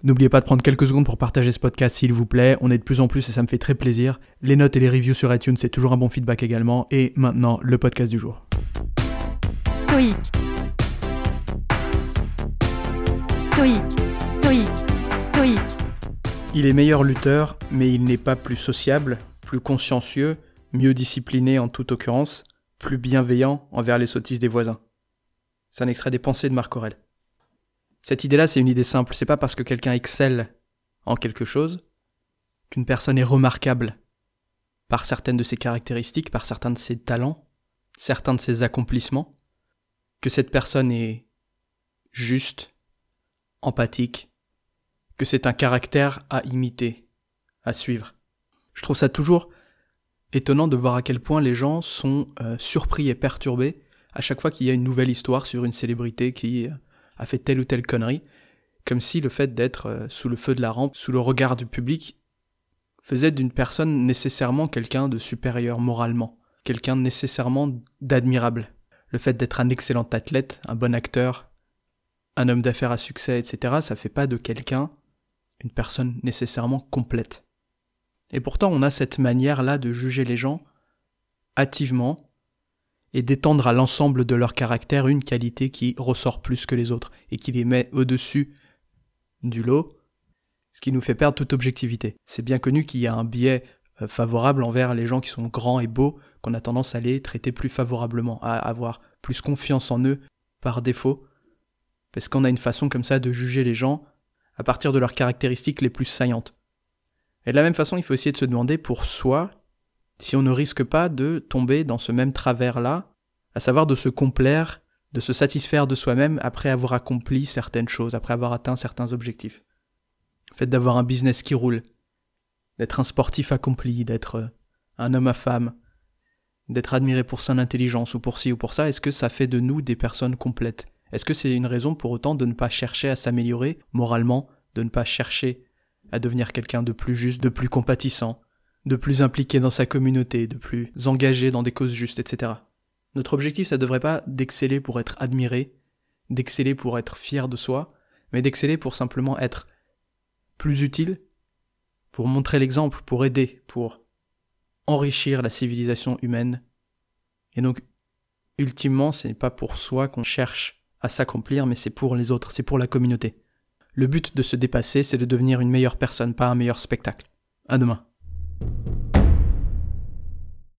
N'oubliez pas de prendre quelques secondes pour partager ce podcast s'il vous plaît, on est de plus en plus et ça me fait très plaisir. Les notes et les reviews sur iTunes, c'est toujours un bon feedback également. Et maintenant, le podcast du jour. Stoïque. Il est meilleur lutteur, mais il n'est pas plus sociable, plus consciencieux, mieux discipliné en toute occurrence, plus bienveillant envers les sottises des voisins. C'est un extrait des Pensées de Marc Aurèle. Cette idée-là, c'est une idée simple. C'est pas parce que quelqu'un excelle en quelque chose qu'une personne est remarquable par certaines de ses caractéristiques, par certains de ses talents, certains de ses accomplissements, que cette personne est juste, empathique, que c'est un caractère à imiter, à suivre. Je trouve ça toujours étonnant de voir à quel point les gens sont surpris et perturbés à chaque fois qu'il y a une nouvelle histoire sur une célébrité qui a fait telle ou telle connerie, comme si le fait d'être sous le feu de la rampe, sous le regard du public, faisait d'une personne nécessairement quelqu'un de supérieur moralement, quelqu'un nécessairement d'admirable. Le fait d'être un excellent athlète, un bon acteur, un homme d'affaires à succès, etc., ça fait pas de quelqu'un une personne nécessairement complète. Et pourtant, on a cette manière-là de juger les gens hâtivement et d'étendre à l'ensemble de leur caractère une qualité qui ressort plus que les autres et qui les met au-dessus du lot, ce qui nous fait perdre toute objectivité. C'est bien connu qu'il y a un biais favorable envers les gens qui sont grands et beaux, qu'on a tendance à les traiter plus favorablement, à avoir plus confiance en eux par défaut, parce qu'on a une façon comme ça de juger les gens à partir de leurs caractéristiques les plus saillantes. Et de la même façon, il faut essayer de se demander pour soi si on ne risque pas de tomber dans ce même travers-là, à savoir de se complaire, de se satisfaire de soi-même après avoir accompli certaines choses, après avoir atteint certains objectifs. Le fait d'avoir un business qui roule, d'être un sportif accompli, d'être un homme à femme, d'être admiré pour son intelligence ou pour ci ou pour ça, est-ce que ça fait de nous des personnes complètes ? Est-ce que c'est une raison pour autant de ne pas chercher à s'améliorer moralement, de ne pas chercher à devenir quelqu'un de plus juste, de plus compatissant, de plus impliqué dans sa communauté, de plus engagé dans des causes justes, etc. Notre objectif, ça devrait pas d'exceller pour être admiré, d'exceller pour être fier de soi, mais d'exceller pour simplement être plus utile, pour montrer l'exemple, pour aider, pour enrichir la civilisation humaine. Et donc, ultimement, ce n'est pas pour soi qu'on cherche à s'accomplir, mais c'est pour les autres, c'est pour la communauté. Le but de se dépasser, c'est de devenir une meilleure personne, pas un meilleur spectacle. À demain.